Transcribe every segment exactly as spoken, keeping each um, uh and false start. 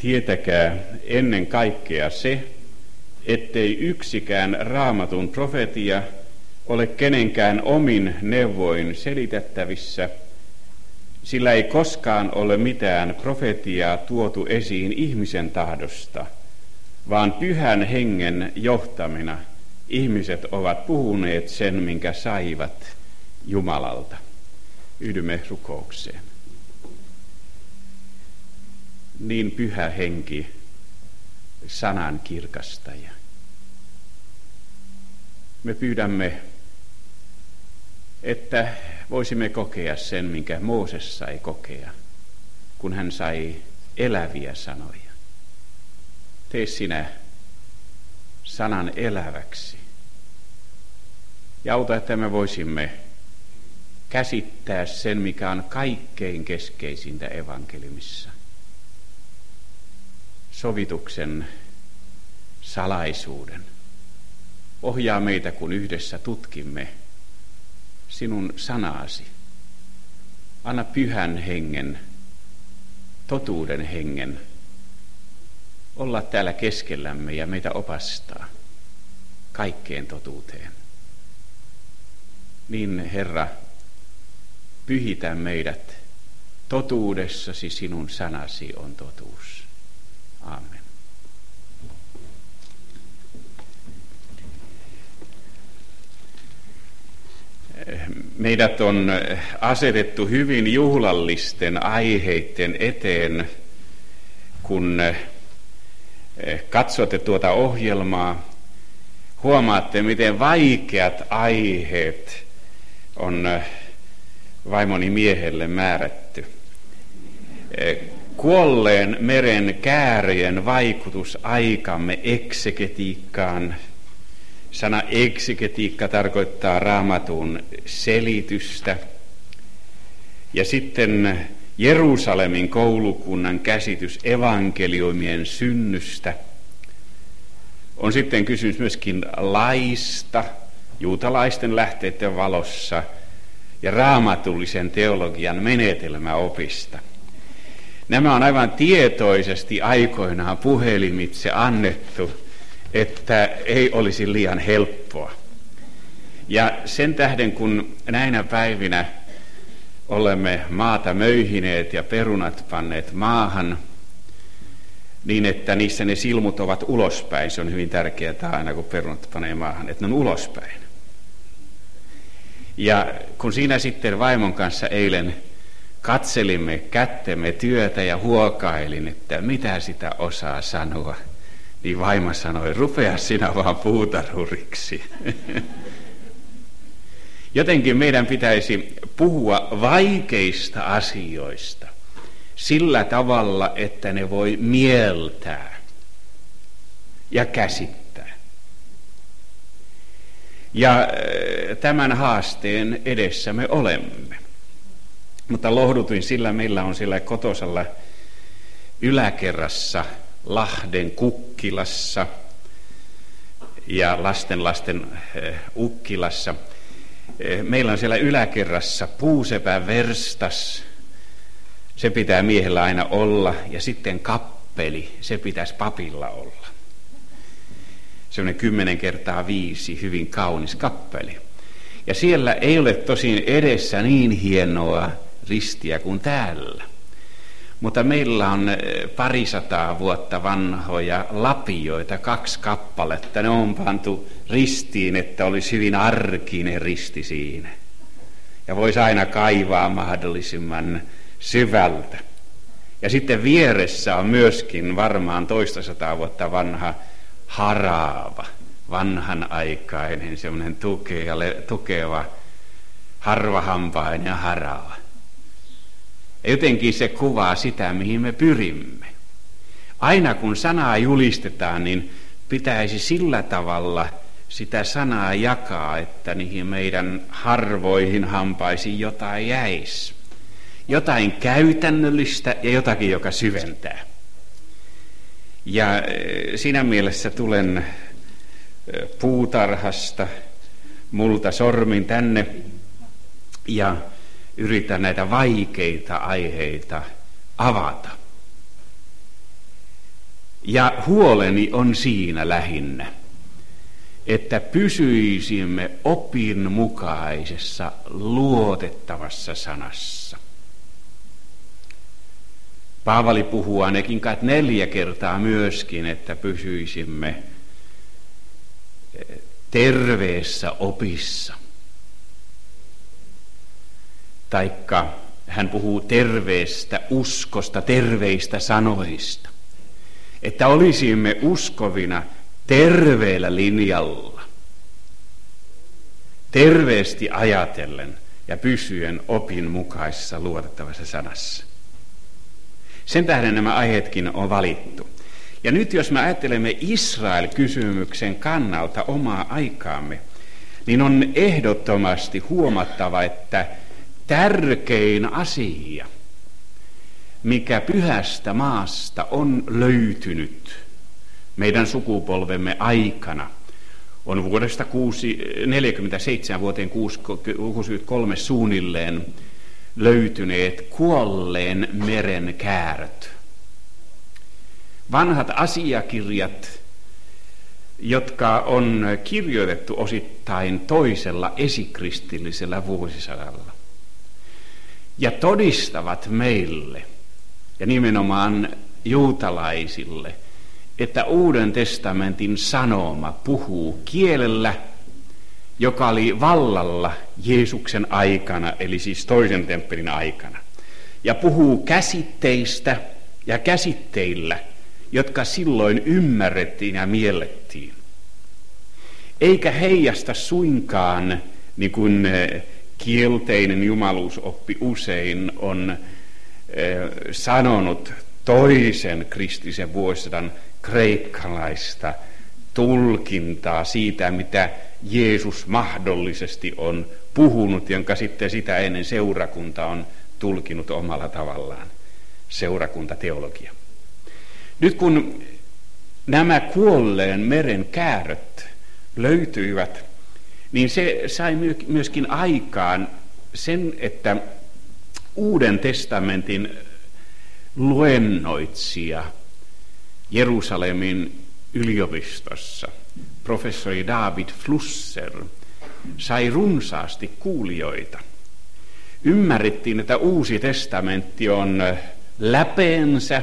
Tietäkää ennen kaikkea se, ettei yksikään Raamatun profetia ole kenenkään omin neuvoin selitettävissä, sillä ei koskaan ole mitään profetiaa tuotu esiin ihmisen tahdosta, vaan Pyhän Hengen johtamina ihmiset ovat puhuneet sen, minkä saivat Jumalalta. Yhdymme rukoukseen. Niin Pyhä Henki, sanan kirkastaja. Me pyydämme, että voisimme kokea sen, minkä Mooses sai kokea, kun hän sai eläviä sanoja. Tee sinä sanan eläväksi. Ja auta, että me voisimme käsittää sen, mikä on kaikkein keskeisintä evankeliumissa. Sovituksen salaisuuden. Ohjaa meitä, kun yhdessä tutkimme sinun sanasi. Anna Pyhän Hengen, totuuden hengen, olla täällä keskellämme ja meitä opastaa kaikkeen totuuteen. Niin, Herra, pyhitä meidät totuudessasi, sinun sanasi on totuus. Aamen. Meidät on asetettu hyvin juhlallisten aiheiden eteen, kun katsotte tuota ohjelmaa. Huomaatte, miten vaikeat aiheet on vaimoni miehelle määrätty. Kuolleen meren käärien vaikutus aikamme eksegetiikkaan. Sana eksegetiikka tarkoittaa Raamatun selitystä. Ja sitten Jerusalemin koulukunnan käsitys evankeliumien synnystä. On sitten kysymys myöskin laista, juutalaisten lähteiden valossa ja raamatullisen teologian menetelmäopista. Nämä on aivan tietoisesti aikoinaan puhelimitse annettu, että ei olisi liian helppoa. Ja sen tähden, kun näinä päivinä olemme maata möyhineet ja perunat panneet maahan, niin että niissä ne silmut ovat ulospäin. Se on hyvin tärkeää aina, kun perunat panee maahan, että ne on ulospäin. Ja kun siinä sitten vaimon kanssa eilen katselimme kättemme työtä ja huokailin, että mitä sitä osaa sanoa, niin vaimo sanoi, rupea sinä vaan puutarhuriksi. Jotenkin meidän pitäisi puhua vaikeista asioista sillä tavalla, että ne voi mieltää ja käsittää. Ja tämän haasteen edessä me olemme. Mutta lohdutuin sillä, meillä on siellä kotosalla yläkerrassa Lahden kukkilassa ja lasten lasten Ukkilassa. Meillä on siellä yläkerrassa puusepän verstas, se pitää miehellä aina olla, ja sitten kappeli, se pitäisi papilla olla. Semmoinen kymmenen kertaa viisi, hyvin kaunis kappeli. Ja siellä ei ole tosin edessä niin hienoa ristiä kuin täällä. Mutta meillä on parisataa vuotta vanhoja lapioita, kaksi kappaletta. Ne on pantu ristiin, että olisi hyvin arkinen risti siinä. Ja voisi aina kaivaa mahdollisimman syvältä. Ja sitten vieressä on myöskin varmaan toista sataa vuotta vanha harava, vanhanaikainen, semmoinen tukeva, tukeva harvahampainen harava. Ja jotenkin se kuvaa sitä, mihin me pyrimme. Aina kun sanaa julistetaan, niin pitäisi sillä tavalla sitä sanaa jakaa, että niihin meidän harvoihin hampaisiin jotain jäisi. Jotain käytännöllistä ja jotakin, joka syventää. Ja siinä mielessä tulen puutarhasta multa sormin tänne ja yritän näitä vaikeita aiheita avata. Ja huoleni on siinä lähinnä, että pysyisimme opinmukaisessa, luotettavassa sanassa. Paavali puhuu ainakin kai neljä kertaa myöskin, että pysyisimme terveessä opissa. Taikka hän puhuu terveestä uskosta, terveistä sanoista. Että olisimme uskovina terveellä linjalla, terveesti ajatellen ja pysyen opinmukaisessa luotettavassa sanassa. Sen tähden nämä aiheetkin on valittu. Ja nyt jos me ajattelemme Israel-kysymyksen kannalta omaa aikaamme, niin on ehdottomasti huomattava, että tärkein asia, mikä pyhästä maasta on löytynyt meidän sukupolvemme aikana, on vuodesta neljäkymmentäseitsemän vuoteen kuusikymmentäkolme suunnilleen löytyneet kuolleen meren kääröt. Vanhat asiakirjat, jotka on kirjoitettu osittain toisella esikristillisellä vuosisadalla ja todistavat meille ja nimenomaan juutalaisille, että Uuden testamentin sanoma puhuu kielellä, joka oli vallalla Jeesuksen aikana, eli siis toisen temppelin aikana, ja puhuu käsitteistä ja käsitteillä, jotka silloin ymmärrettiin ja miellettiin. Eikä heijasta suinkaan, niin kuin kielteinen jumaluusoppi usein on äh, sanonut, toisen kristillisen vuosisadan kreikkalaista tulkintaa siitä, mitä Jeesus mahdollisesti on puhunut, jonka sitten sitä ennen seurakunta on tulkinut omalla tavallaan, seurakuntateologia. Nyt kun nämä kuolleen meren kääröt löytyivät, niin se sai myöskin aikaan sen, että Uuden testamentin luennoitsija Jerusalemin yliopistossa, professori David Flusser, sai runsaasti kuulijoita. Ymmärrettiin, että Uusi testamentti on läpeensä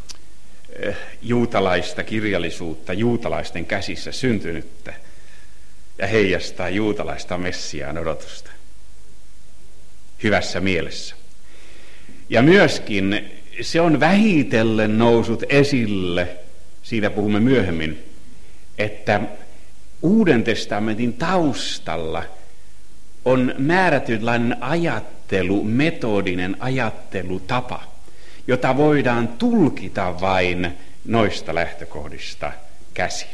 juutalaista kirjallisuutta, juutalaisten käsissä syntynyttä ja heijastaa juutalaista Messiaan odotusta hyvässä mielessä. Ja myöskin se on vähitellen nousut esille, siitä puhumme myöhemmin, että Uuden testamentin taustalla on määrätynlainen ajattelu, metodinen ajattelutapa, jota voidaan tulkita vain noista lähtökohdista käsin.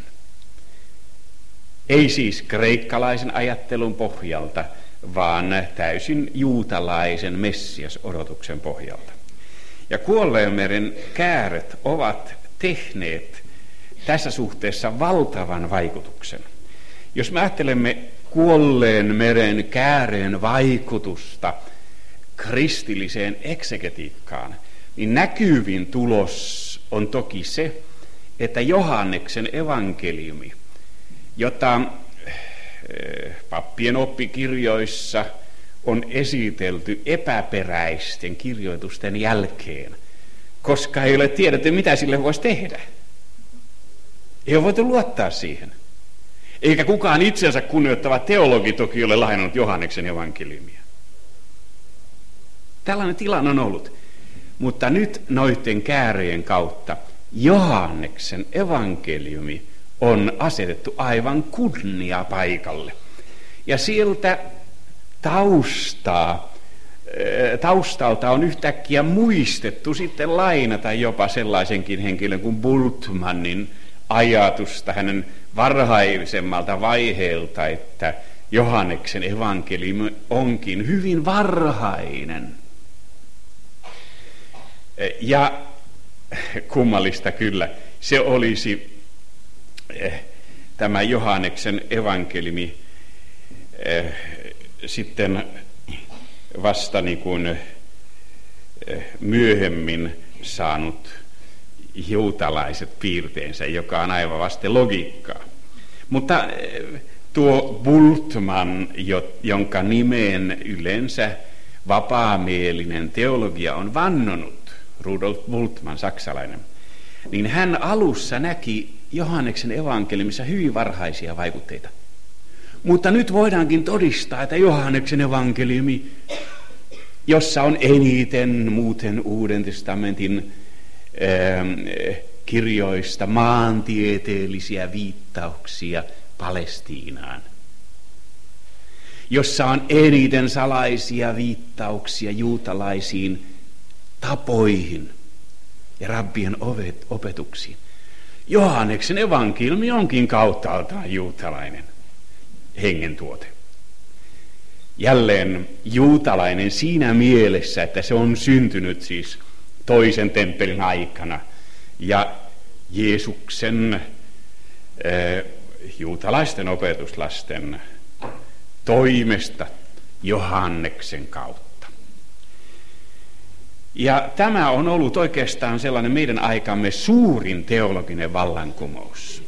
Ei siis kreikkalaisen ajattelun pohjalta, vaan täysin juutalaisen Messias-odotuksen pohjalta. Ja kuolleen meren kääröt ovat tehneet tässä suhteessa valtavan vaikutuksen. Jos me ajattelemme kuolleen meren kääreen vaikutusta kristilliseen eksegetiikkaan, niin näkyvin tulos on toki se, että Johanneksen evankeliumi, jota pappien oppikirjoissa on esitelty epäperäisten kirjoitusten jälkeen, koska ei ole tiedetty, mitä sille voisi tehdä. Ei ole voitu luottaa siihen. Eikä kukaan itsensä kunnioittava teologi toki ole lainannut Johanneksen evankeliumia. Tällainen tilanne on ollut. Mutta nyt noiden kääröjen kautta Johanneksen evankeliumi on asetettu aivan kunniapaikalle. Ja sieltä taustaa, taustalta on yhtäkkiä muistettu sitten lainata jopa sellaisenkin henkilön kuin Bultmannin ajatusta hänen varhaisemmalta vaiheelta, että Johanneksen evankeliumi onkin hyvin varhainen. Ja kummallista kyllä, se olisi tämä Johanneksen evankeliumi sitten vasta niin kuin myöhemmin saanut juutalaiset piirteensä, joka on aivan vasten logiikkaa. Mutta tuo Bultmann, jonka nimeen yleensä vapaamielinen teologia on vannonut, Rudolf Bultmann, saksalainen, niin hän alussa näki Johanneksen evankeliumissa hyvin varhaisia vaikutteita. Mutta nyt voidaankin todistaa, että Johanneksen evankeliumi, jossa on eniten muuten Uuden testamentin äh, kirjoista maantieteellisiä viittauksia Palestiinaan, jossa on eniten salaisia viittauksia juutalaisiin tapoihin ja rabbien opetuksiin. Johanneksen evankeliumi onkin kauttaaltaan juutalainen hengentuote. Jälleen juutalainen siinä mielessä, että se on syntynyt siis toisen temppelin aikana ja Jeesuksen äh, juutalaisten opetuslasten toimesta Johanneksen kautta. Ja tämä on ollut oikeastaan sellainen meidän aikamme suurin teologinen vallankumous.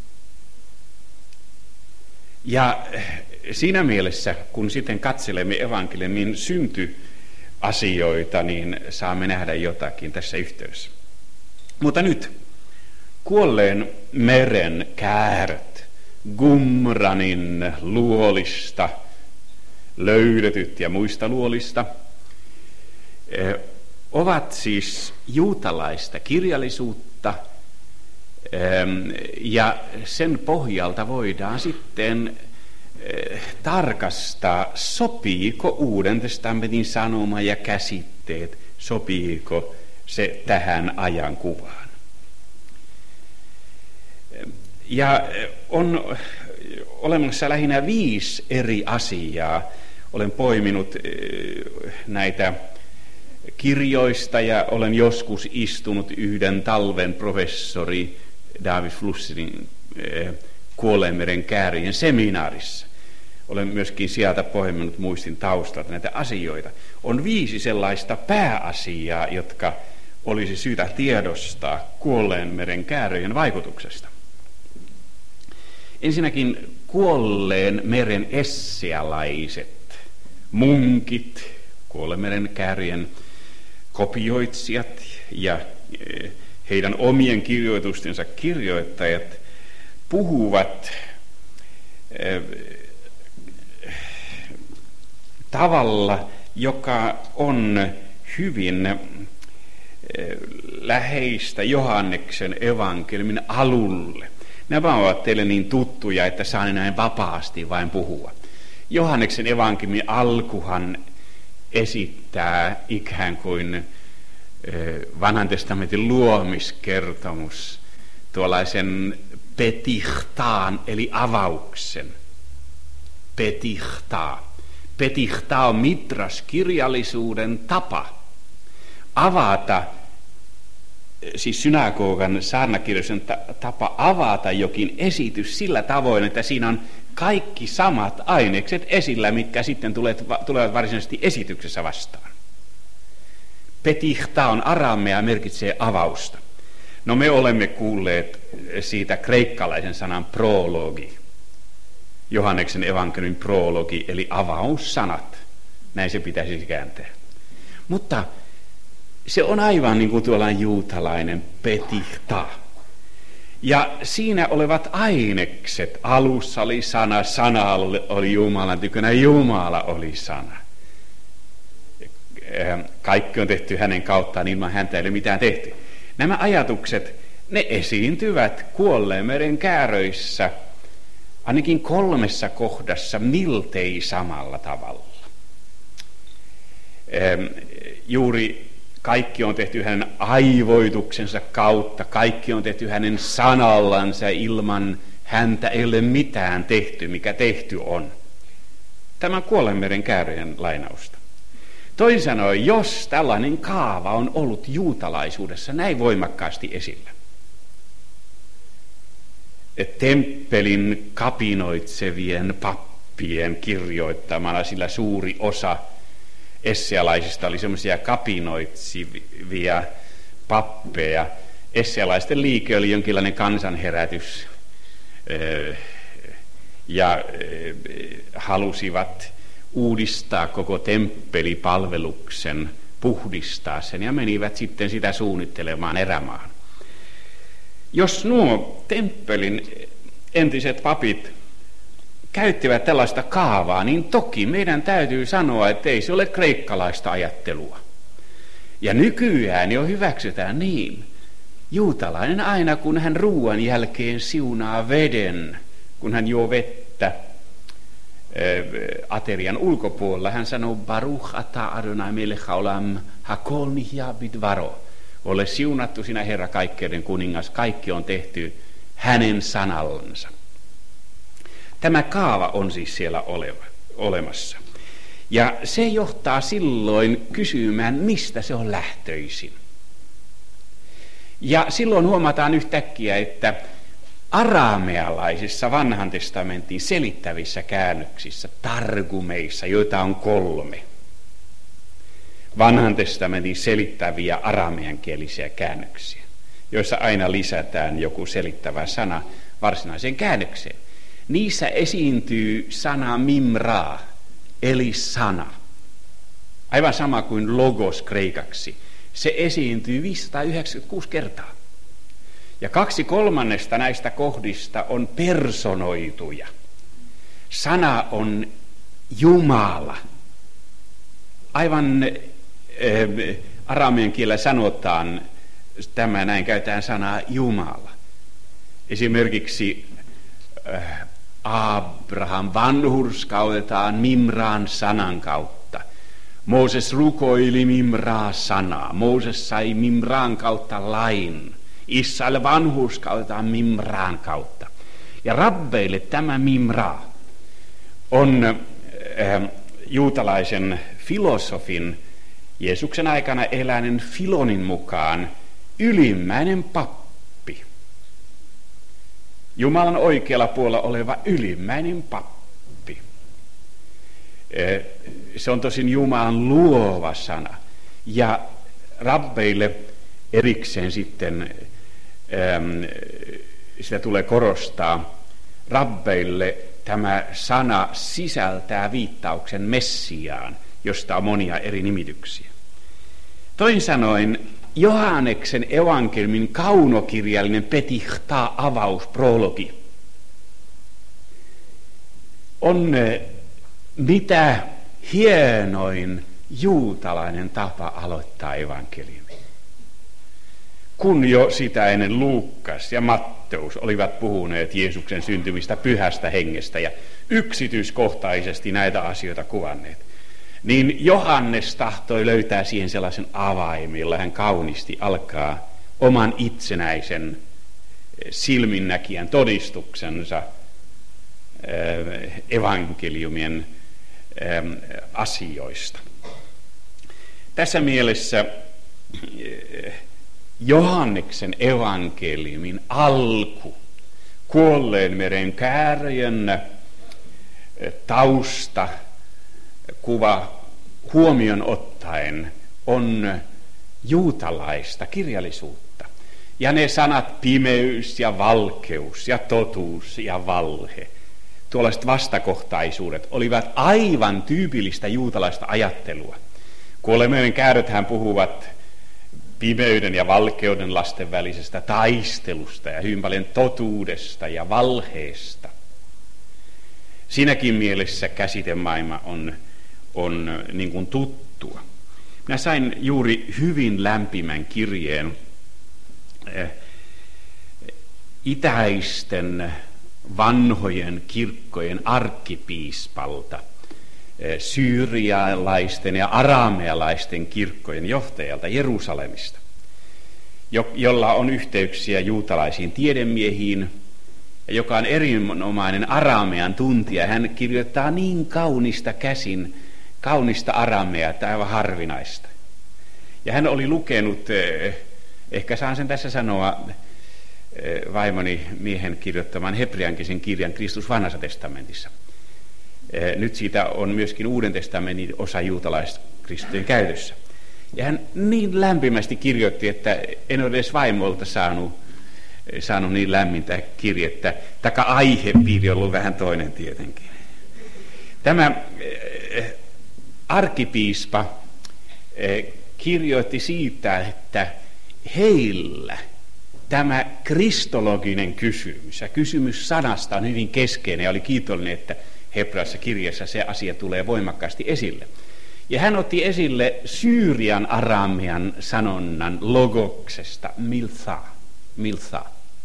Ja siinä mielessä, kun sitten katselemme evankeliumin syntyasioita, niin saamme nähdä jotakin tässä yhteydessä. Mutta nyt kuolleen meren käärät, Qumranin luolista löydetyt ja muista luolista, ovat siis juutalaista kirjallisuutta, ja sen pohjalta voidaan sitten tarkastaa, sopiiko Uuden testamentin sanoma ja käsitteet, sopiiko se tähän ajankuvaan. Ja on olemassa lähinnä viisi eri asiaa. Olen poiminut näitä kirjoista ja olen joskus istunut yhden talven professori David Flusserin Kuolleenmeren käärien seminaarissa. Olen myöskin sieltä poiminut muistin taustalta näitä asioita. On viisi sellaista pääasiaa, jotka olisi syytä tiedostaa Kuolleenmeren käärien vaikutuksesta. Ensinnäkin Kuolleen meren essealaiset, munkit, Kuolleen käärien kopioitsijat ja heidän omien kirjoitustensa kirjoittajat puhuvat äh, tavalla, joka on hyvin äh, läheistä Johanneksen evankeliumin alulle. Nämä ovat teille niin tuttuja, että saan näin vapaasti vain puhua. Johanneksen evankeliumin alkuhan esittää ikään kuin Vanhan testamentin luomiskertomus, tuollaisen petichtaan eli avauksen. Petichtaa. Petichtaa on midrash-kirjallisuuden tapa avata, siis synagogan saarnakirjoisen tapa avata jokin esitys sillä tavoin, että siinä on kaikki samat ainekset esillä, mitkä sitten tulevat varsinaisesti esityksessä vastaan. Petichta on aramea, merkitsee avausta. No me olemme kuulleet siitä kreikkalaisen sanan prologi, Johanneksen evankeliumin prologi, eli avaussanat. Näin se pitäisi kääntää. Mutta se on aivan niin kuin tuollainen juutalainen petichta. Ja siinä olevat ainekset, alussa oli sana, sana oli Jumalan tykönä, Jumala oli sana. Kaikki on tehty hänen kauttaan, ilman häntä ei ole mitään tehty. Nämä ajatukset, ne esiintyvät Kuolleen kääröissä ainakin kolmessa kohdassa miltei samalla tavalla. Juuri kaikki on tehty hänen aivoituksensa kautta, kaikki on tehty hänen sanallansa, ilman häntä ei ole mitään tehty, mikä tehty on. Tämä on Kuolleen kääröjen lainausta. Toisin sanoen, jos tällainen kaava on ollut juutalaisuudessa näin voimakkaasti esillä, temppelin kapinoitsevien pappien kirjoittamana, sillä suuri osa essealaisista oli semmoisia kapinoitsivia pappeja, Essealaisten liike oli jonkinlainen kansanherätys ja halusivat uudistaa koko temppelipalveluksen, puhdistaa sen ja menivät sitten sitä suunnittelemaan erämaahan. Jos nuo temppelin entiset papit käyttivät tällaista kaavaa, niin toki meidän täytyy sanoa, että ei se ole kreikkalaista ajattelua. Ja nykyään jo hyväksytään niin. Juutalainen aina, kun hän ruuan jälkeen siunaa veden, kun hän juo vettä aterian ulkopuolella, hän sanoo Baruch ata Adonai melech haolam hakol nihya bidvaro. Ole siunattu sinä Herra kaikkeuden kuningas, kaikki on tehty hänen sanallansa. Tämä kaava on siis siellä oleva, olemassa. Ja se johtaa silloin kysymään, mistä se on lähtöisin. Ja silloin huomataan yhtäkkiä, että aramealaisissa vanhan testamentin selittävissä käännöksissä, targumeissa, joita on kolme, vanhan testamentin selittäviä arameankielisiä käännöksiä, joissa aina lisätään joku selittävä sana varsinaiseen käännökseen. Niissä esiintyy sana mimra, eli sana. Aivan sama kuin logos kreikaksi. Se esiintyy viisisataayhdeksänkymmentäkuusi kertaa. Ja kaksi kolmannesta näistä kohdista on personoituja. Sana on Jumala. Aivan äh, aramean kielellä sanotaan, tämä näin käytetään sanaa Jumala. Esimerkiksi äh, Abraham vanhurskautetaan Mimraan sanan kautta. Mooses rukoili Mimraa sanaa. Mooses sai Mimraan kautta lain. Israel vanhurskautetaan Mimraan kautta. Ja rabbeille tämä Mimra on äh, juutalaisen filosofin Jeesuksen aikana eläneen Filonin mukaan ylimmäinen pappi. Jumalan oikealla puolella oleva ylimmäinen pappi. Se on tosin Jumalan luova sana. Ja rabbeille erikseen sitten sitä tulee korostaa. Rabbeille tämä sana sisältää viittauksen Messiaan, josta on monia eri nimityksiä. Toisin sanoen Johanneksen evankeliumin kaunokirjallinen petichta avaus, prologi, on mitä hienoin juutalainen tapa aloittaa evankeliumi. Kun jo sitä ennen Luukas ja Matteus olivat puhuneet Jeesuksen syntymistä pyhästä hengestä ja yksityiskohtaisesti näitä asioita kuvanneet, niin Johannes tahtoi löytää siihen sellaisen avaimen, jolla hän kauniisti alkaa oman itsenäisen silminnäkijän todistuksensa evankeliumien asioista. Tässä mielessä Johanneksen evankeliumin alku, kuolleen meren kääröjen tausta, kuva huomioon ottaen on juutalaista kirjallisuutta. Ja ne sanat pimeys ja valkeus ja totuus ja valhe, tuollaiset vastakohtaisuudet olivat aivan tyypillistä juutalaista ajattelua. Kuolleen kääröthän puhuvat pimeyden ja valkeuden lasten välisestä taistelusta ja hyvin paljon totuudesta ja valheesta. Siinäkin mielessä käsitemaailma on, on niin kuin tuttua. Minä sain juuri hyvin lämpimän kirjeen eh, itäisten vanhojen kirkkojen arkkipiispalta, eh, syyrialaisten ja aramealaisten kirkkojen johtajalta Jerusalemista, jo, jolla on yhteyksiä juutalaisiin tiedemiehiin, ja joka on erinomainen aramean tuntija. Hän kirjoittaa niin kaunista käsin, kaunista arameaa, että aivan harvinaista. Ja hän oli lukenut, ehkä saan sen tässä sanoa, vaimoni miehen kirjoittaman hebreankisen kirjan Kristus vanhassa testamentissa. Nyt siitä on myöskin Uuden testamentin osa juutalaiskristittyjen käytössä. Ja hän niin lämpimästi kirjoitti, että en ole edes vaimolta saanut, saanut niin lämmintä kirjettä. Taka aihepiiri on ollut vähän toinen tietenkin. Tämä äh, arkkipiispa äh, kirjoitti siitä, että heillä tämä kristologinen kysymys ja kysymys sanasta on hyvin keskeinen, ja oli kiitollinen, että hebrealaisessa kirjassa se asia tulee voimakkaasti esille. Ja hän otti esille Syyrian aramean sanonnan logoksesta miltha, miltha.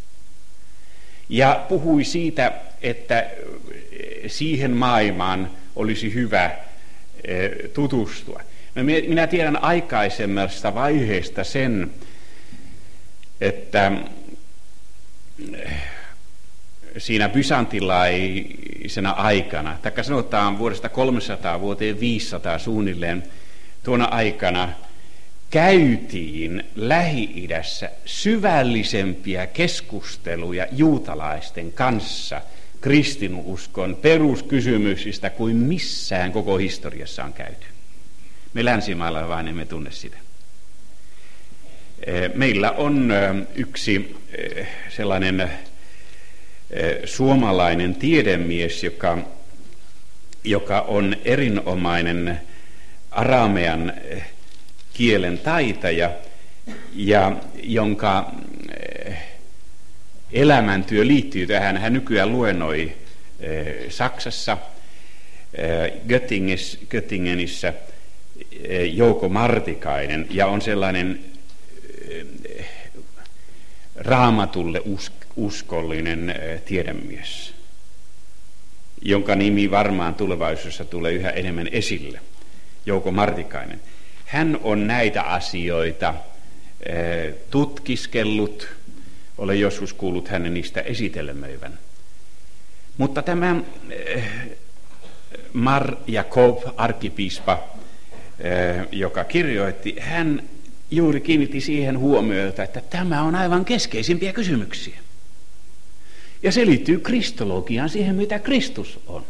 Ja puhui siitä, että siihen maailmaan olisi hyvä tutustua. No, minä tiedän aikaisemmasta vaiheesta sen, että siinä bysantilaisena aikana, taikka sanotaan vuodesta kolmesataa vuoteen viisisataa suunnilleen, tuona aikana käytiin Lähi-idässä syvällisempiä keskusteluja juutalaisten kanssa kristinuskon peruskysymyksistä kuin missään koko historiassa on käyty. Me länsimailla vain emme tunne sitä. Meillä on yksi sellainen suomalainen tiedemies, joka, joka on erinomainen aramean kielen taitaja ja jonka elämäntyö liittyy tähän. Hän nykyään luennoi Saksassa, Göttingenissä, Jouko Martikainen, ja on sellainen raamatulle uskollinen tiedemies, jonka nimi varmaan tulevaisuudessa tulee yhä enemmän esille, Jouko Martikainen. Hän on näitä asioita tutkiskellut, olen joskus kuullut hänen niistä esitelmöivän. Mutta tämä Mar Jakob, arkkipiispa, joka kirjoitti, hän juuri kiinnitti siihen huomiota, että tämä on aivan keskeisimpiä kysymyksiä. Ja se liittyy kristologiaan, siihen mitä Kristus on.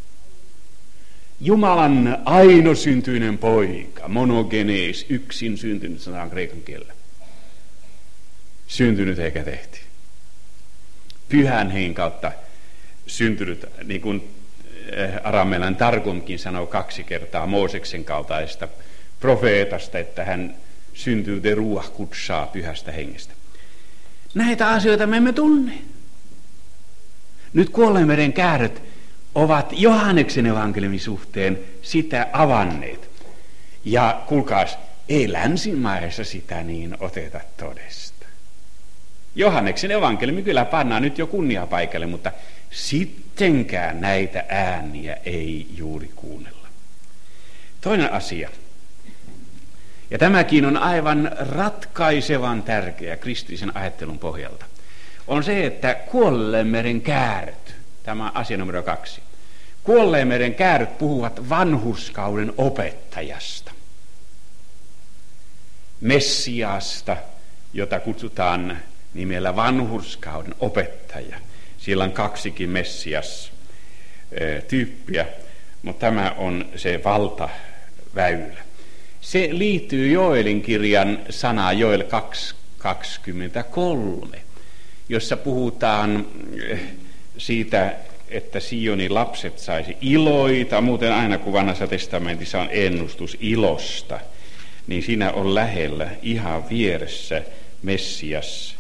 Jumalan ainosyntyinen poika, monogenes, yksin syntynyt, sanotaan kreikan kielellä. Syntynyt eikä tehty. Pyhän hengen kautta syntynyt, niin kuin aramealainen Targumkin sanoo kaksi kertaa Mooseksen kaltaista profeetasta, että hän syntyy de ruach kutsaa, pyhästä hengestä. Näitä asioita me emme tunne. Nyt Kuolleemeren kääröt ovat Johanneksen evankeliumin suhteen sitä avanneet. Ja kuulkaas, ei länsimaissa sitä niin oteta todesta. Johanneksen evankeliumi kyllä pannaan nyt jo kunniapaikalle, mutta sittenkään näitä ääniä ei juuri kuunnella. Toinen asia, ja tämäkin on aivan ratkaisevan tärkeä kristillisen ajattelun pohjalta, on se, että Kuolleemeren kääröt, tämä asia numero kaksi, Kuolleemeren kääröt puhuvat vanhurskauden opettajasta, Messiasta, jota kutsutaan nimellä vanhurskauden opettaja. Siellä on kaksikin Messias-tyyppiä, mutta tämä on se valtaväylä. Se liittyy Joelin kirjan sanaan Joel kaksi kaksikymmentäkolme, jossa puhutaan siitä, että Sionin lapset saisi iloita. Muuten aina kun Vanhassa testamentissa on ennustus ilosta, niin siinä on lähellä ihan vieressä Messias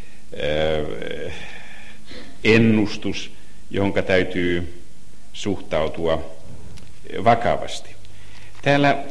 ennustus, jonka täytyy suhtautua vakavasti. Täällä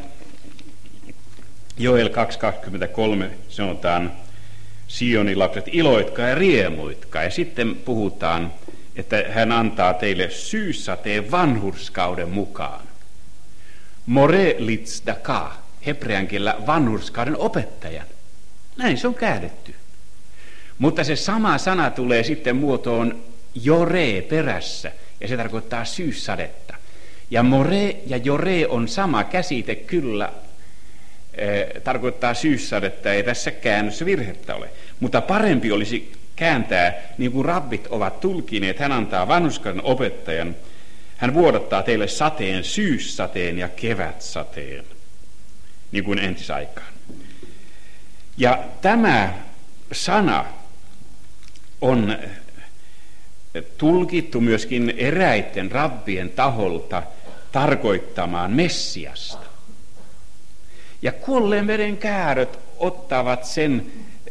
Joel kaksi kaksikymmentäkolme sanotaan, Sionin lapset, iloitkaa ja riemuitkaa. Ja sitten puhutaan, että hän antaa teille syyssateen vanhurskauden mukaan. More litzdaka, hebrean kielellä vanhurskauden opettajan. Näin se on käännetty. Mutta se sama sana tulee sitten muotoon jore perässä, ja se tarkoittaa syyssadetta. Ja more ja jore on sama käsite kyllä, e, tarkoittaa syyssadetta, ei tässä käännössä virhettä ole. Mutta parempi olisi kääntää, niin kuin rabbit ovat tulkineet, hän antaa vanhurskauden opettajan, hän vuodattaa teille sateen, syyssateen ja kevätsateen, niin kuin entisaikaan. Ja tämä sana on tulkittu myöskin eräiden rabbien taholta tarkoittamaan Messiasta. Ja kuolleen veren kääröt ottavat sen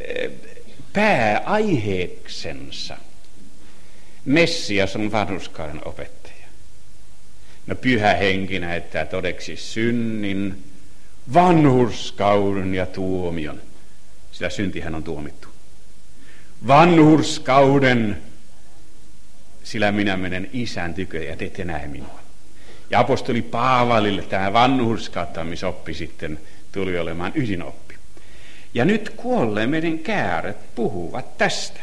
pääaiheeksensa. Messias on vanhurskauden opettaja. No Pyhä Henki näyttää todeksi synnin, vanhurskauden ja tuomion. Sillä syntihän on tuomittu. Vanhurskauden, sillä minä menen Isän tykö ja te ette näe minua. Ja apostoli Paavalille tämä vanhurskauttamisoppi sitten tuli olemaan ydinoppi. Ja nyt kuolleen meidän käärät puhuvat tästä.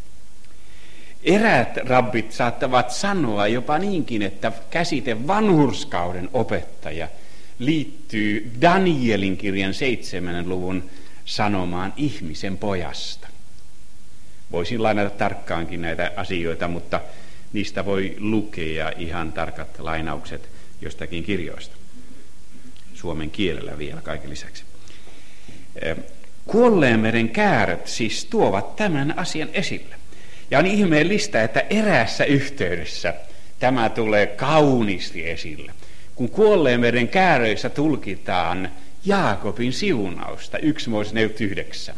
Eräät rabbit saattavat sanoa jopa niinkin, että käsite vanhurskauden opettaja liittyy Danielin kirjan seitsemännen luvun sanomaan ihmisen pojasta. Voisin lainata tarkkaankin näitä asioita, mutta niistä voi lukea ihan tarkat lainaukset jostakin kirjoista. Suomen kielellä vielä kaiken lisäksi. Kuolleen meren käärät siis tuovat tämän asian esille. Ja on ihmeellistä, että eräässä yhteydessä tämä tulee kauniisti esille. Kun kuolleen meren kääröissä tulkitaan Jaakobin siunausta, yksi Mooses neljäkymmentäyhdeksän,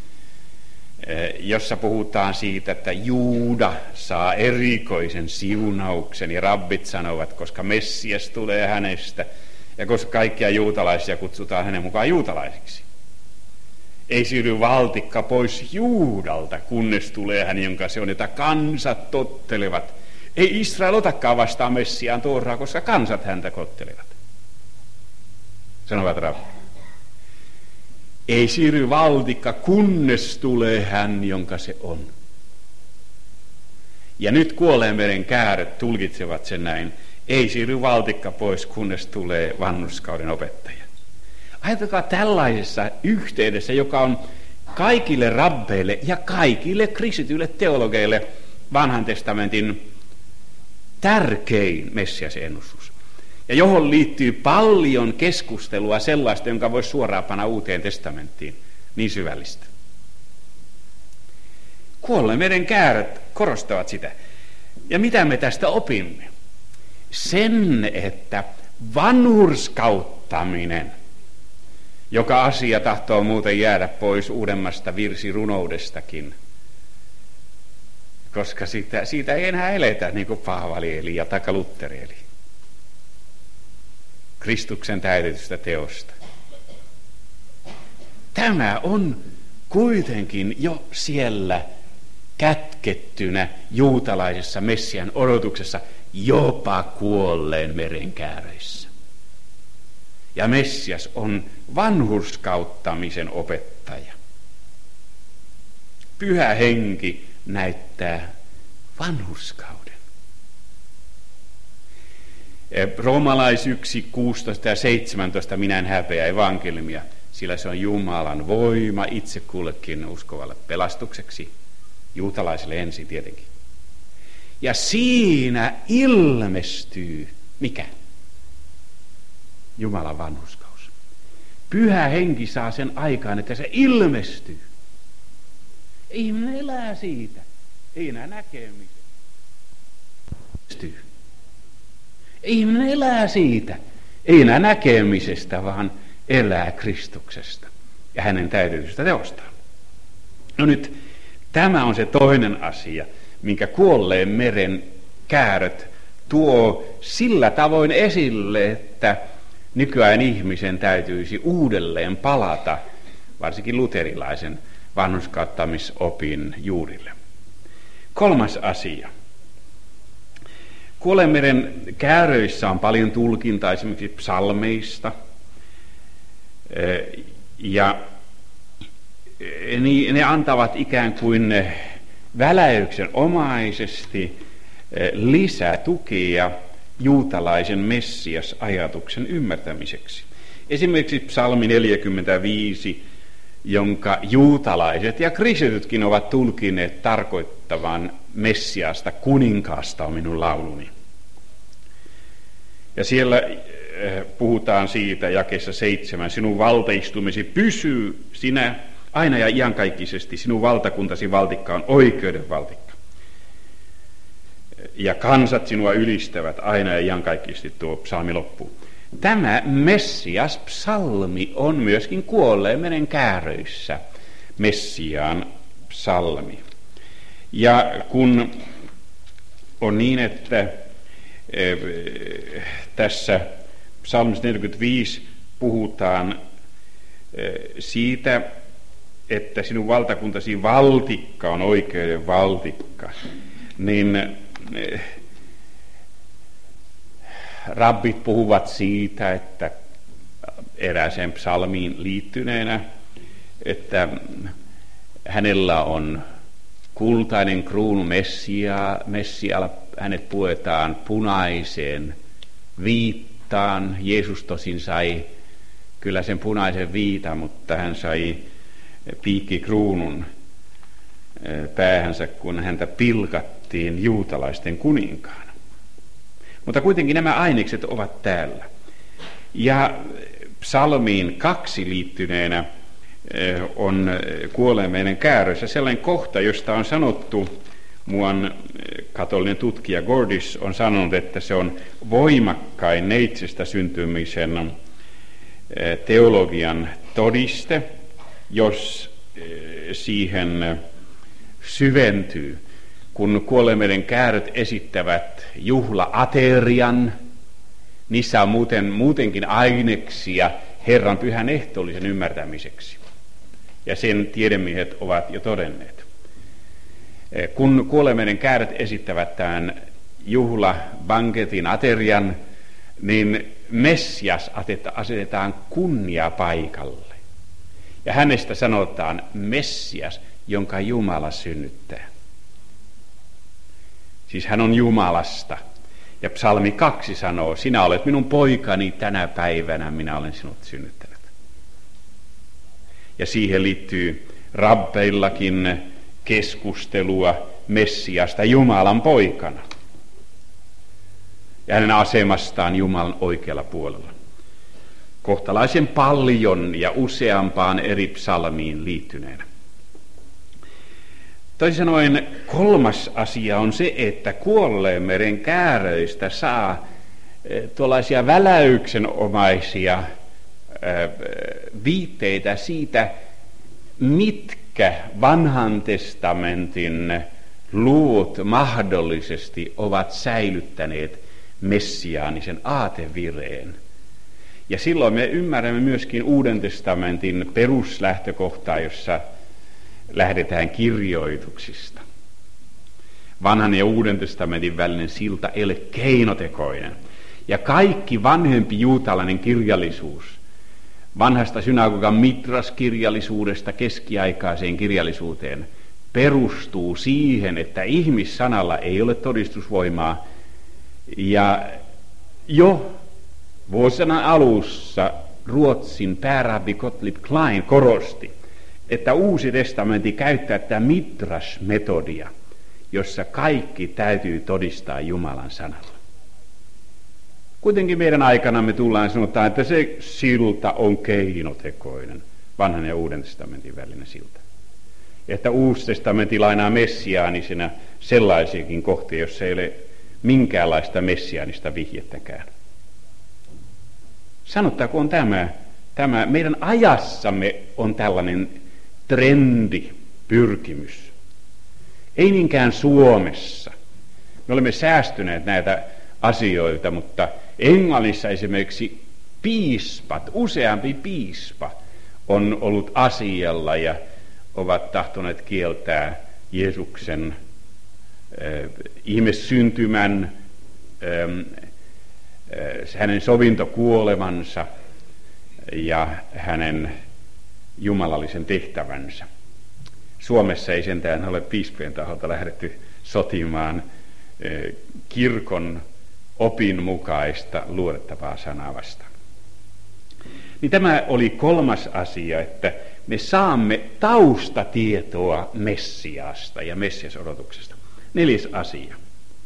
jossa puhutaan siitä, että Juuda saa erikoisen siunauksen, ja rabbit sanovat, koska Messias tulee hänestä, ja koska kaikkia juutalaisia kutsutaan hänen mukaan juutalaisiksi. Ei siirry valtikka pois Juudalta, kunnes tulee hän, jonka se on, jota kansat tottelevat. Ei Israel otakaan vastaan Messiaan Tooraa, koska kansat häntä kottelevat. Sanovat rabbit. Ei siirry valtikka, kunnes tulee hän, jonka se on. Ja nyt kuolleen meren kääröt tulkitsevat sen näin. Ei siirry valtikka pois, kunnes tulee vanhurskauden opettaja. Ajatelkaa tällaisessa yhteydessä, joka on kaikille rabbeille ja kaikille kristityille teologeille vanhan testamentin tärkein Messias-ennustus. Ja johon liittyy paljon keskustelua sellaista, jonka voisi suoraan panna Uuteen testamenttiin, niin syvällistä. Kuolleen meren käärät korostavat sitä. Ja mitä me tästä opimme? Sen, että vanhurskauttaminen, joka asia tahtoo muuten jäädä pois uudemmasta virsirunoudestakin, koska siitä, siitä ei enää eletä niin kuin Paavali eli ja taikka Lutteri eli. Kristuksen täytetystä teosta. Tämä on kuitenkin jo siellä kätkettynä juutalaisessa Messian odotuksessa jopa kuolleen meren kääröissä. Ja Messias on vanhurskauttamisen opettaja. Pyhä Henki näyttää vanhurskauden. Roomalais yksi, kuusitoista ja seitsemäntoista minä en häpeä evankeliumia, sillä se on Jumalan voima itse kullekin uskovalle pelastukseksi, juutalaisille ensin tietenkin. Ja siinä ilmestyy mikä? Jumalan vanhurskaus. Pyhä Henki saa sen aikaan, että se ilmestyy. Ihminen elää siitä. Ei enää näkemisen. Ihminen elää siitä. Ei enää näkemisestä, vaan elää Kristuksesta ja hänen täytetystä teostaan. No nyt tämä on se toinen asia, minkä kuolleen meren kääröt tuo sillä tavoin esille, että nykyään ihmisen täytyisi uudelleen palata, varsinkin luterilaisen vanhurskauttamisopin juurille. Kolmas asia. Kuoleenmeren kääröissä on paljon tulkintaa esimerkiksi psalmeista, ja ne antavat ikään kuin väläyksen omaisesti lisätukia juutalaisen Messias-ajatuksen ymmärtämiseksi. Esimerkiksi psalmi neljäkymmentäviisi, jonka juutalaiset ja kristitytkin ovat tulkineet tarkoittavan Messiasta, kuninkaasta on minun lauluni. Ja siellä puhutaan siitä jakeessa seitsemän, sinun valtaistumisi pysyy, sinä Aina ja iankaikkisesti sinun valtakuntasi valtikka on oikeuden valtikka. Ja kansat sinua ylistävät aina ja iankaikkisesti, tuo psalmi loppuu. Tämä Messias-psalmi on myöskin kuolleen menen kääröissä Messiaan psalmi. Ja kun on niin, että tässä psalmissa neljäkymmentäviisi puhutaan siitä, että sinun valtakuntasi valtikka on oikeuden valtikka, niin rabbit puhuvat siitä, että erääseen psalmiin liittyneenä, että hänellä on kultainen kruunu Messia, Messialla, hänet puetaan punaiseen viittaan. Jeesus tosin sai kyllä sen punaisen viitan, mutta hän sai piikkikruunun päähänsä, kun häntä pilkattiin juutalaisten kuninkaana. Mutta kuitenkin nämä ainekset ovat täällä. Ja psalmiin kaksi liittyneenä on kuolleen meidän kääröissä sellainen kohta, josta on sanottu, muuan katolinen tutkija Gordis on sanonut, että se on voimakkain neitsestä syntymisen teologian todiste, jos siihen syventyy. Kun kuolleen meidän kääröt esittävät juhla-aterian, niissä on muuten, muutenkin aineksia Herran pyhän ehtoollisen ymmärtämiseksi. Ja sen tiedemiehet ovat jo todenneet. Kun kuolleen meidän kääröt esittävät tämän juhla-banketin aterian, niin Messias asetetaan kunniapaikalle. Ja hänestä sanotaan Messias, jonka Jumala synnyttää. Siis hän on Jumalasta. Ja psalmi kaksi sanoo, sinä olet minun poikani, tänä päivänä minä olen sinut synnyttänyt. Ja siihen liittyy rabbeillakin keskustelua Messiasta Jumalan poikana. Ja hänen asemastaan Jumalan oikealla puolella. Kohtalaisen paljon ja useampaan eri psalmiin liittyneenä. Toisin sanoen kolmas asia on se, että kuolleen meren kääröistä saa tuollaisia väläyksenomaisia viitteitä siitä, mitkä vanhan testamentin luvut mahdollisesti ovat säilyttäneet messiaanisen aatevireen. Ja silloin me ymmärrämme myöskin Uuden testamentin peruslähtökohtaa, jossa lähdetään kirjoituksista. Vanhan ja Uuden testamentin välinen silta ei ole keinotekoinen. Ja kaikki vanhempi juutalainen kirjallisuus, vanhasta synagogan Mitras-kirjallisuudesta keskiaikaiseen kirjallisuuteen, perustuu siihen, että ihmissanalla ei ole todistusvoimaa. Ja jo vuosisadan alussa Ruotsin päärabbi Gottlieb Klein korosti, että Uusi testamentti käyttää tätä Mitras-metodia, jossa kaikki täytyy todistaa Jumalan sanalla. Kuitenkin meidän aikanamme tullaan sanotaan, että se silta on keinotekoinen, vanhan ja Uuden testamentin välinen silta. Että Uusi testamentti lainaa messiaanisena sellaisiakin kohtia, jossa ei ole minkäänlaista messiaanista vihjettäkään. Sanottakoon tämä, tämä meidän ajassamme on tällainen trendi, pyrkimys. Ei niinkään Suomessa. Me olemme säästyneet näitä asioita, mutta Englannissa esimerkiksi piispat, useampi piispa on ollut asialla ja ovat tahtoneet kieltää Jeesuksen äh, ihmissyntymän, äh, äh, hänen sovintokuolemansa ja hänen jumalallisen tehtävänsä. Suomessa ei sentään ole piispojen taholta lähdetty sotimaan äh, kirkon opin mukaista luotettavaa sanaa vastaan. Niin tämä oli kolmas asia, että me saamme taustatietoa Messiasta ja Messias-odotuksesta. Neljäs asia.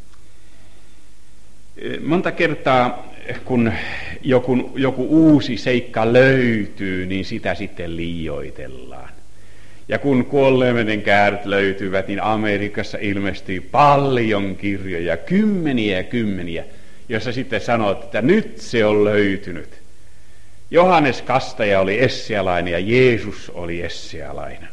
Monta kertaa, kun joku, joku uusi seikka löytyy, niin sitä sitten liioitellaan. Ja kun kuolleemenen kääret löytyvät, niin Amerikassa ilmestyy paljon kirjoja, kymmeniä ja kymmeniä, jossa sitten sanot, että nyt se on löytynyt. Johannes Kastaja oli essealainen ja Jeesus oli essealainen.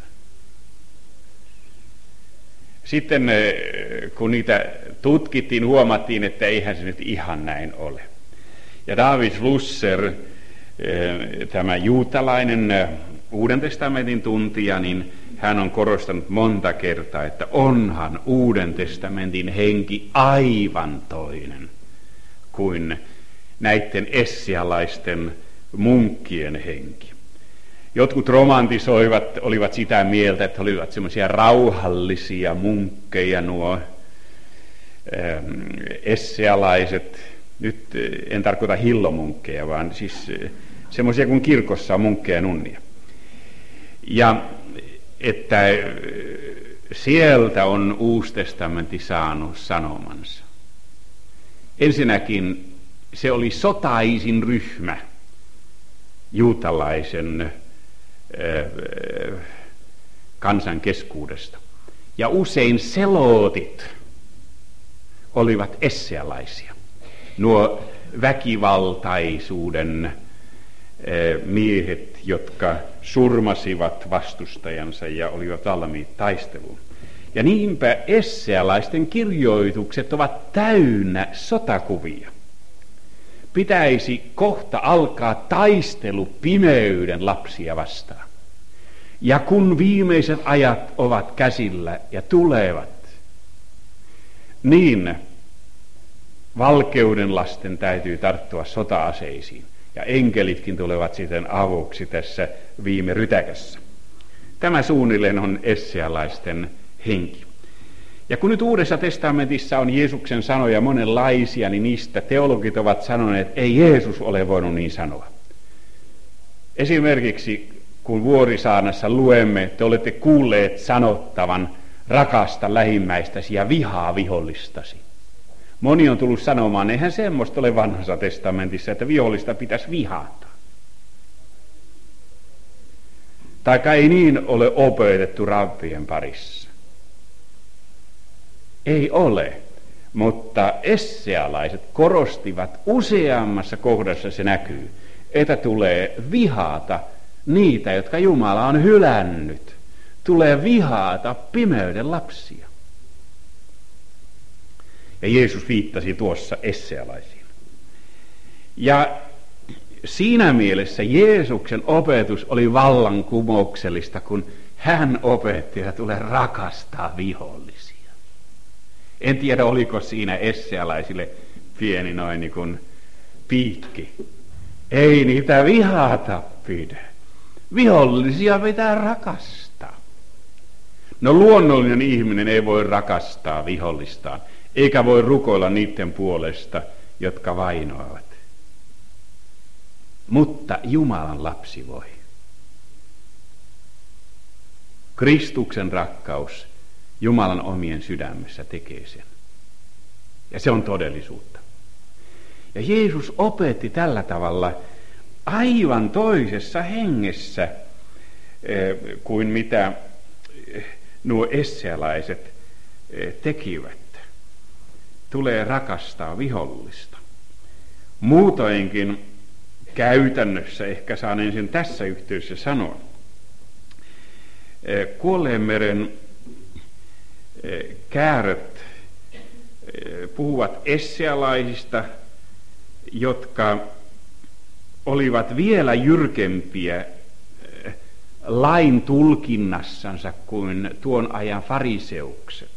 Sitten kun niitä tutkittiin, huomattiin, että eihän se nyt ihan näin ole. Ja David Schlusser, tämä juutalainen Uuden testamentin tuntija, niin hän on korostanut monta kertaa, että onhan Uuden testamentin henki aivan toinen kuin näiden essialaisten munkkien henki. Jotkut romantisoivat, olivat sitä mieltä, että olivat semmoisia rauhallisia munkkeja nuo essealaiset. Nyt en tarkoita hillomunkkeja, vaan siis semmoisia kuin kirkossa on munkkeja ja nunnia. Ja että sieltä on Uusi testamentti saanut sanomansa. Ensinnäkin se oli sotaisin ryhmä juutalaisen kansan keskuudesta. Ja usein selootit olivat essealaisia. Nuo väkivaltaisuuden miehet, jotka surmasivat vastustajansa ja olivat valmiit taisteluun. Ja niinpä essealaisten kirjoitukset ovat täynnä sotakuvia. Pitäisi kohta alkaa taistelu pimeyden lapsia vastaan. Ja kun viimeiset ajat ovat käsillä ja tulevat, niin valkeuden lasten täytyy tarttua sota-aseisiin. Ja enkelitkin tulevat sitten avuksi tässä viime rytäkässä. Tämä suunnilleen on essealaisten henki. Ja kun nyt Uudessa testamentissa on Jeesuksen sanoja monenlaisia, niin niistä teologit ovat sanoneet, että ei Jeesus ole voinut niin sanoa. Esimerkiksi kun Vuorisaarnassa luemme, te olette kuulleet sanottavan rakasta lähimmäistäsi ja vihaa vihollistasi. Moni on tullut sanomaan, eihän semmoista ole Vanhassa testamentissa, että vihollista pitäisi vihata. Taikka ei niin ole opetettu rabbien parissa. Ei ole, mutta essealaiset korostivat useammassa kohdassa, se näkyy, että tulee vihata niitä, jotka Jumala on hylännyt. Tulee vihata pimeyden lapsia. Ja Jeesus viittasi tuossa essealaisiin. Ja siinä mielessä Jeesuksen opetus oli vallankumouksellista, kun hän opetti, että tulee rakastaa vihollisia. En tiedä, oliko siinä essealaisille pieni noin niin kuin piikki. Ei niitä vihata pidä. Vihollisia pitää rakastaa. No luonnollinen ihminen ei voi rakastaa vihollistaan, eikä voi rukoilla niiden puolesta, jotka vainoavat. Mutta Jumalan lapsi voi. Kristuksen rakkaus Jumalan omien sydämessä tekee sen. Ja se on todellisuutta. Ja Jeesus opetti tällä tavalla aivan toisessa hengessä kuin mitä nuo essealaiset tekivät. Tulee rakastaa vihollista. Muutoinkin käytännössä ehkä saan ensin tässä yhteydessä sanoa. Kuolleenmeren kääröt puhuvat essealaisista, jotka olivat vielä jyrkempiä lain tulkinnassansa kuin tuon ajan fariseukset.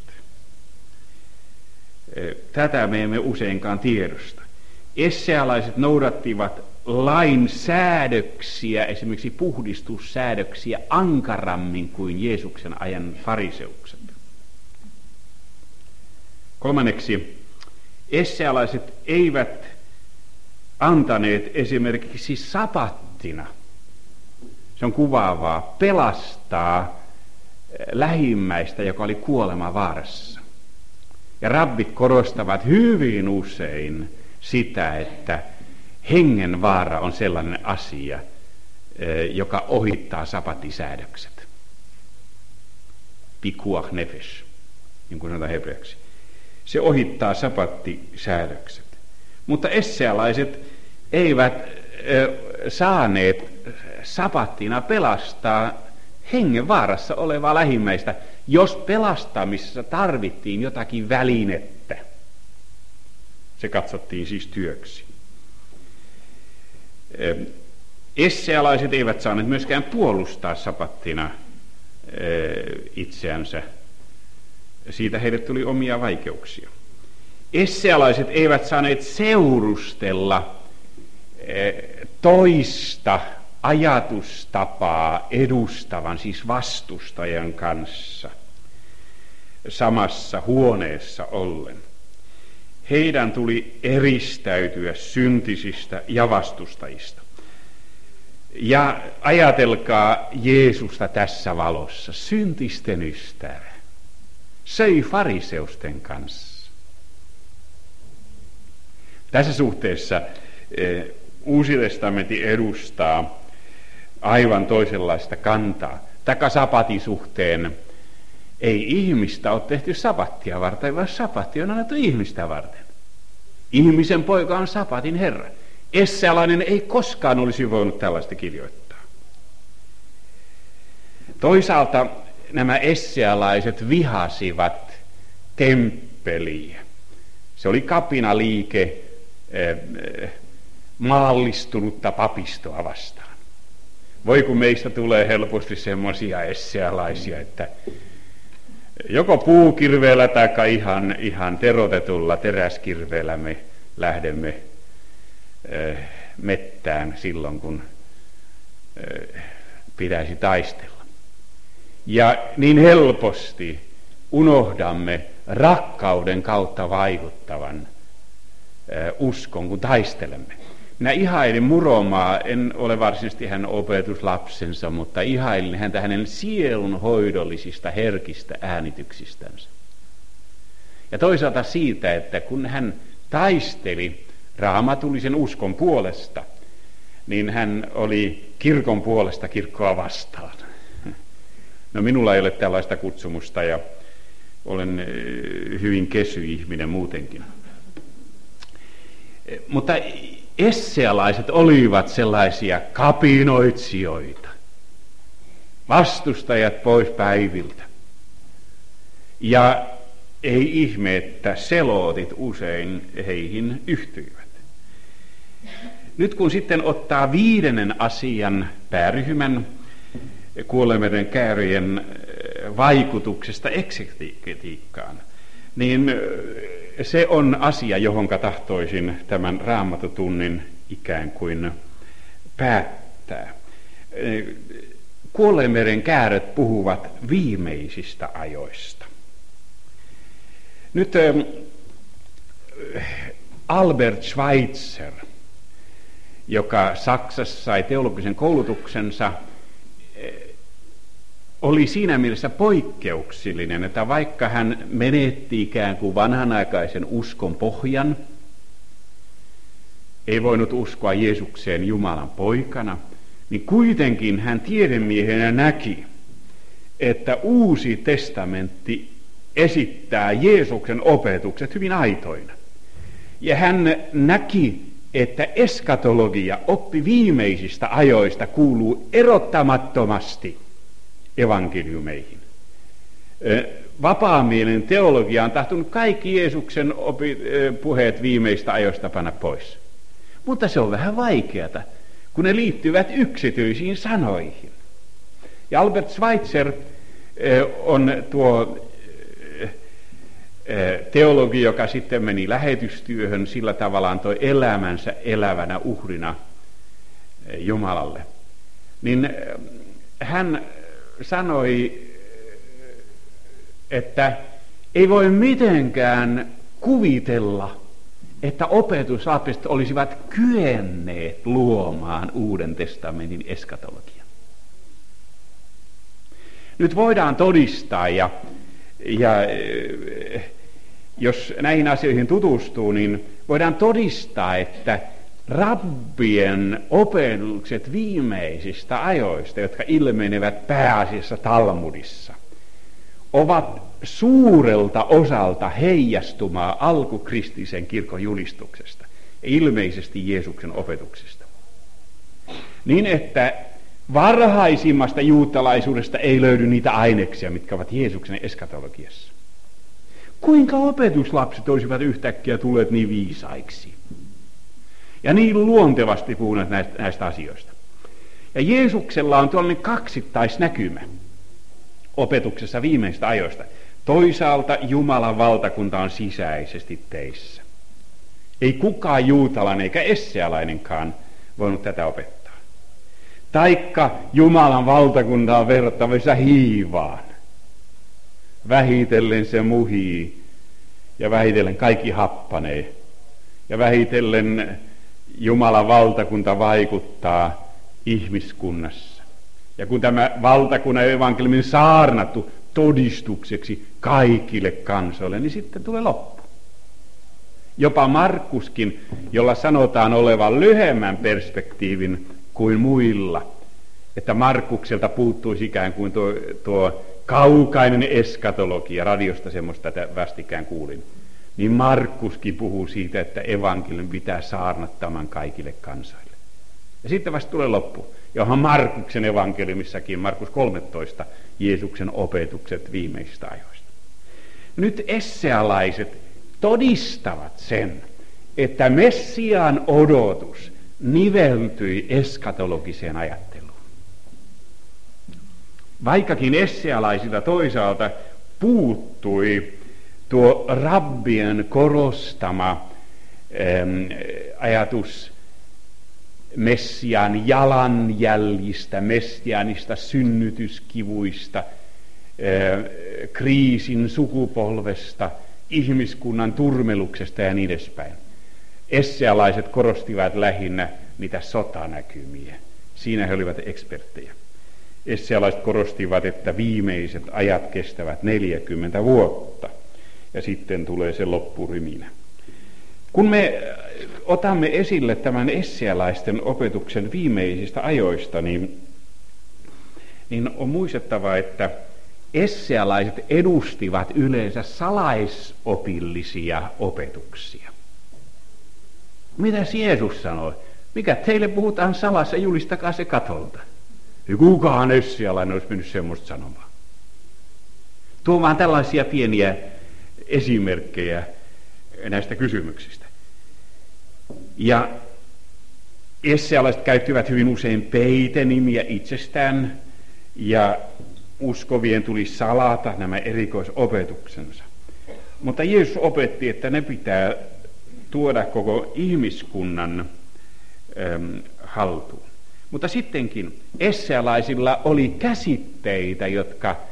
Tätä me emme useinkaan tiedosta. Essealaiset noudattivat lain säädöksiä, esimerkiksi puhdistussäädöksiä, ankarammin kuin Jeesuksen ajan fariseukset. Kolmanneksi, essealaiset eivät antaneet esimerkiksi sapattina, se on kuvaavaa, pelastaa lähimmäistä, joka oli kuolemavaarassa. Ja rabbit korostavat hyvin usein sitä, että hengenvaara on sellainen asia, joka ohittaa sapattisäädökset. pikuah nefesh, niin kuin sanotaan hebreaksi. Se ohittaa sapattisäädökset. Mutta essealaiset eivät äh, saaneet sapattina pelastaa hengenvaarassa olevaa lähimmäistä, jos pelastamisessa tarvittiin jotakin välinettä. Se katsottiin siis työksi. Essealaiset eivät saaneet myöskään puolustaa sapattina itseänsä. Siitä heille tuli omia vaikeuksia. Essealaiset eivät saaneet seurustella toista ajatustapaa edustavan, siis vastustajan kanssa samassa huoneessa ollen. Heidän tuli eristäytyä syntisistä ja vastustajista. Ja ajatelkaa Jeesusta tässä valossa, syntisten ystävä, söi fariseusten kanssa. Tässä suhteessa eh, Uusi testamentti edustaa aivan toisenlaista kantaa. Taka sapatin suhteen ei ihmistä ole tehty sapattia varten, vaan sapatti on annettu ihmistä varten. Ihmisen poika on sapatin Herra. Essealainen ei koskaan olisi voinut tällaista kirjoittaa. Toisaalta nämä essealaiset vihasivat temppeliä. Se oli kapinaliike maallistunutta papistoa vastaan. Voi kun meistä tulee helposti semmoisia essealaisia, että joko puukirveellä tai ihan, ihan terotetulla teräskirveellä me lähdemme äh, mettään silloin, kun äh, pitäisi taistella. Ja niin helposti unohdamme rakkauden kautta vaikuttavan äh, uskon, kun taistelemme. Minä ihailin Muromaa, en ole varsinaisesti hän opetuslapsensa, mutta ihailin häntä hänen sielun hoidollisista herkistä äänityksistänsä. Ja toisaalta siitä, että kun hän taisteli raamatullisen uskon puolesta, niin hän oli kirkon puolesta kirkkoa vastaan. No minulla ei ole tällaista kutsumusta ja olen hyvin kesy-ihminen muutenkin. Mutta essealaiset olivat sellaisia kapinoitsijoita, vastustajat pois päiviltä. Ja ei ihme, että selootit usein heihin yhtyivät. Nyt kun sitten ottaa viidennen asian pääryhmän kuolleiden kääröjen vaikutuksesta eksegetiikkaan, niin se on asia, johonka tahtoisin tämän raamatutunnin ikään kuin päättää. Kuolleiden kääröt puhuvat viimeisistä ajoista. Nyt Albert Schweitzer, joka Saksassa sai teologisen koulutuksensa, oli siinä mielessä poikkeuksellinen, että vaikka hän menetti ikään kuin vanhanaikaisen uskon pohjan, ei voinut uskoa Jeesukseen Jumalan poikana, niin kuitenkin hän tiedemiehenä näki, että Uusi testamentti esittää Jeesuksen opetukset hyvin aitoina. Ja hän näki, että eskatologia, oppi viimeisistä ajoista, kuuluu erottamattomasti evankeliumeihin. Vapaamielinen teologia on tahtonut kaikki Jeesuksen opi, puheet viimeistä ajoista panna pois. Mutta se on vähän vaikeata, kun ne liittyvät yksityisiin sanoihin. Ja Albert Schweitzer on tuo teologi, joka sitten meni lähetystyöhön, sillä tavallaan toi elämänsä elävänä uhrina Jumalalle. Niin hän sanoi, että ei voi mitenkään kuvitella, että opetuslapset olisivat kyenneet luomaan Uuden testamentin eskatologian. Nyt voidaan todistaa, ja, ja jos näihin asioihin tutustuu, niin voidaan todistaa, että rabbien opetukset viimeisistä ajoista, jotka ilmenevät pääasiassa Talmudissa, ovat suurelta osalta heijastumaa alkukristillisen kirkon julistuksesta ja ilmeisesti Jeesuksen opetuksesta. Niin, että varhaisimmasta juutalaisuudesta ei löydy niitä aineksia, mitkä ovat Jeesuksen eskatologiassa. Kuinka opetuslapset olisivat yhtäkkiä tulleet niin viisaiksi ja niin luontevasti puhuneet näistä, näistä asioista. Ja Jeesuksella on tuollainen kaksittaisnäkymä opetuksessa viimeistä ajoista. Toisaalta Jumalan valtakunta on sisäisesti teissä. Ei kukaan juutalainen eikä essealainenkaan voinut tätä opettaa. Taikka Jumalan valtakunta on verrattavissa hiivaan. Vähitellen se muhii ja vähitellen kaikki happanee. Ja vähitellen Jumalan valtakunta vaikuttaa ihmiskunnassa. Ja kun tämä valtakunnan evankeliumin saarnattu todistukseksi kaikille kansoille, niin sitten tulee loppu. Jopa Markuskin, jolla sanotaan olevan lyhyemmän perspektiivin kuin muilla, että Markukselta puuttuisi ikään kuin tuo, tuo kaukainen eskatologia, radiosta semmoista tätä vastikään kuulin, niin Markuskin puhuu siitä, että evankeliumi pitää saarnattamaan kaikille kansoille. Ja sitten vasta tulee loppu, johon Markuksen evankeliumissakin, Markus kolmetoista, Jeesuksen opetukset viimeisistä ajoista. Nyt essealaiset todistavat sen, että Messiaan odotus niveltyi eskatologiseen ajatteluun. Vaikkakin essealaisilta toisaalta puuttui tuo rabbien korostama ähm, ajatus Messiaan jalanjäljistä, messiaanista synnytyskivuista, äh, kriisin sukupolvesta, ihmiskunnan turmeluksesta ja niin edespäin. Essealaiset korostivat lähinnä niitä sotanäkymiä. Siinä he olivat eksperttejä. Essealaiset korostivat, että viimeiset ajat kestävät neljäkymmentä vuotta ja sitten tulee se loppuryminä. Kun me otamme esille tämän essealaisten opetuksen viimeisistä ajoista, niin, niin on muistettava, että essealaiset edustivat yleensä salaisopillisia opetuksia. Mitä Jeesus sanoi? Mikä teille puhutaan salassa, julistakaa se katolta. Ja kukaan essealainen olisi mennyt semmoista sanomaan. Tuo vaan tällaisia pieniä esimerkkejä näistä kysymyksistä. Ja essealaiset käyttivät hyvin usein peitenimiä itsestään, ja uskovien tuli salata nämä erikoisopetuksensa. Mutta Jeesus opetti, että ne pitää tuoda koko ihmiskunnan äm, haltuun. Mutta sittenkin essealaisilla oli käsitteitä, jotka äh,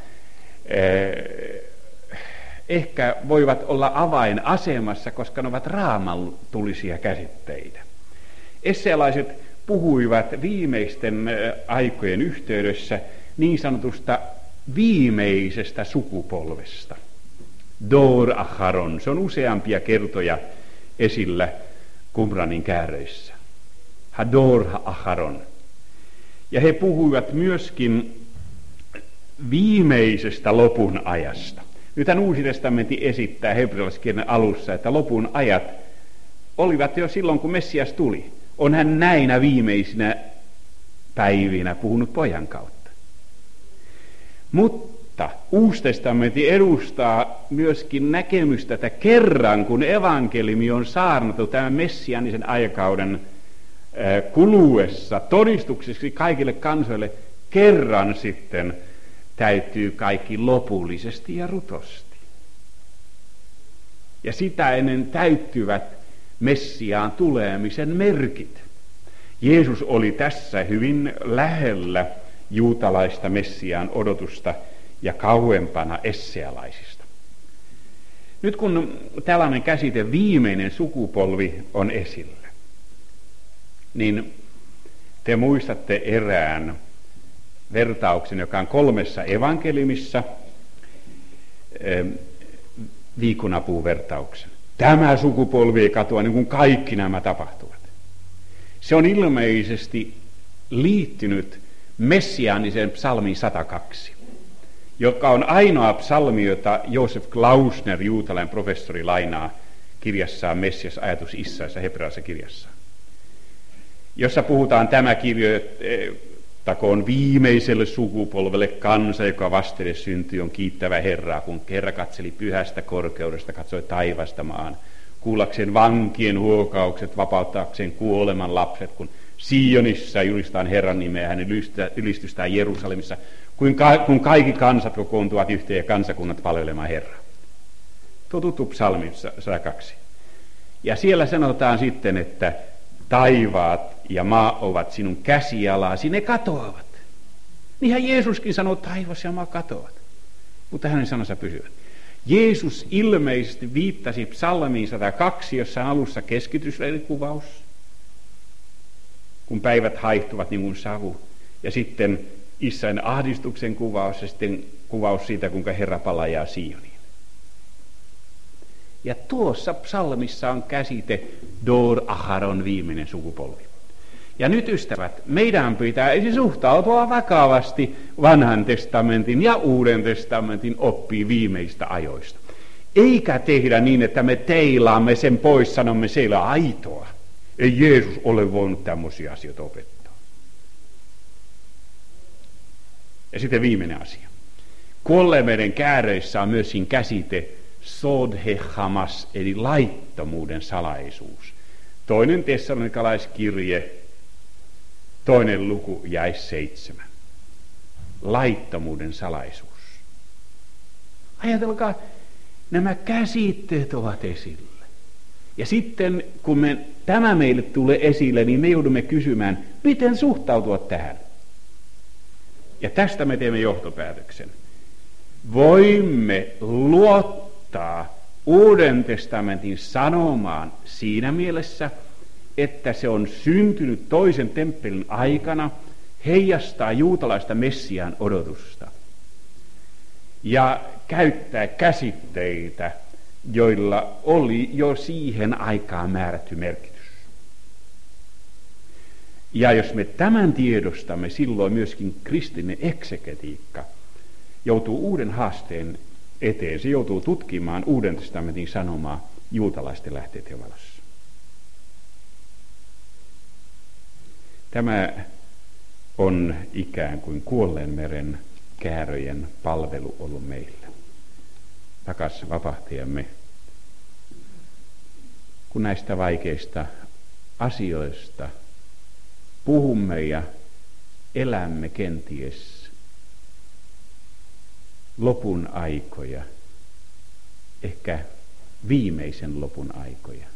ehkä voivat olla avainasemassa, koska ne ovat raamatullisia käsitteitä. Essealaiset puhuivat viimeisten aikojen yhteydessä niin sanotusta viimeisestä sukupolvesta. Dor Acharon, se on useampia kertoja esillä Qumranin kääröissä. Hador Acharon. Ja he puhuivat myöskin viimeisestä lopun ajasta. Nythän Uusi testamentti esittää hebrealaiskielen alussa, että lopun ajat olivat jo silloin, kun Messias tuli. On hän näinä viimeisinä päivinä puhunut pojan kautta. Mutta Uusi testamentti edustaa myöskin näkemystä, että kerran kun evankeliumi on saarnattu tämän messiaanisen aikakauden kuluessa todistukseksi kaikille kansoille, kerran sitten täytyy kaikki lopullisesti ja rutosti. Ja sitä ennen täyttyvät Messiaan tulemisen merkit. Jeesus oli tässä hyvin lähellä juutalaista Messiaan odotusta ja kauempana essealaisista. Nyt kun tällainen käsite viimeinen sukupolvi on esillä, niin te muistatte erään vertauksen, joka on kolmessa evankeliumissa, viikunapuuvertauksen. Tämä sukupolvi ei katoa niin kuin kaikki nämä tapahtuvat. Se on ilmeisesti liittynyt messiaaniseen psalmiin sata kaksi. joka on ainoa psalmi, jota Josef Klausner, juutalainen professori, lainaa kirjassaan Messias, ajatus Issaissa, hebrealaisessa kirjassa, jossa puhutaan tämä kirjoittakoon viimeiselle sukupolvelle kansa, joka vastelle syntyi, on kiittävä Herraa, kun Herra katseli pyhästä korkeudesta, katsoi taivasta maan, kuullakseen vankien huokaukset, vapauttaakseen kuoleman lapset, kun Sionissa julistaan Herran nimeä, hänen ylistystään Jerusalemissa, kun kaikki kansat kokoontuvat yhteen ja kansakunnat palvelemaan Herraa. Tuo tuttu psalmi sata kaksi. Ja siellä sanotaan sitten, että taivaat ja maa ovat sinun käsialasi, ne katoavat. Niinhän Jeesuskin sanoi, taivas ja maa katoavat, mutta hänen sanansa pysyvät. Jeesus ilmeisesti viittasi psalmiin sata kaksi, jossa on alussa keskitysleirikuvaus, kun päivät haihtuvat niin kuin savu, ja sitten Israelin ahdistuksen kuvaus ja sitten kuvaus siitä, kuinka Herra palaa Sioniin. Ja tuossa psalmissa on käsite Dor Aharon, viimeinen sukupolvi. Ja nyt ystävät, meidän pitää suhtautua vakavasti vanhan testamentin ja uuden testamentin oppiin viimeistä ajoista. Eikä tehdä niin, että me teilaamme sen pois, sanomme siellä aitoa. Ei Jeesus ole voinut tämmöisiä asioita opettaa. Ja sitten viimeinen asia. Kuolleiden kääreissä on myöskin käsite sodhehamas, eli laittomuuden salaisuus. Toinen tessalonikalaiskirje, toinen luku, jae seitsemän. Laittomuuden salaisuus. Ajatelkaa, nämä käsitteet ovat esillä. Ja sitten kun me, tämä meille tulee esille, niin me joudumme kysymään, miten suhtautua tähän. Ja tästä me teemme johtopäätöksen. Voimme luottaa Uuden testamentin sanomaan siinä mielessä, että se on syntynyt toisen temppelin aikana, heijastaa juutalaista Messiaan odotusta ja käyttää käsitteitä, joilla oli jo siihen aikaan määrätty merkitys. Ja jos me tämän tiedostamme, silloin myöskin kristillinen eksegetiikka joutuu uuden haasteen eteen. Se joutuu tutkimaan Uuden testamentin sanomaa juutalaisten lähteiden valossa. Tämä on ikään kuin kuolleen meren kääröjen palvelu ollut meillä. Takas vapahtajamme, kun näistä vaikeista asioista puhumme ja elämme kenties lopun aikoja, ehkä viimeisen lopun aikoja,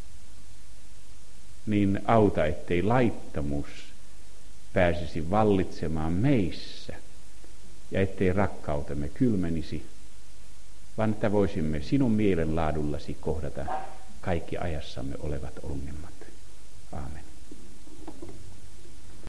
niin auta, ettei laittomuus pääsisi vallitsemaan meissä ja ettei rakkautemme kylmenisi, vaan että voisimme sinun mielenlaadullasi kohdata kaikki ajassamme olevat ongelmat. Aamen.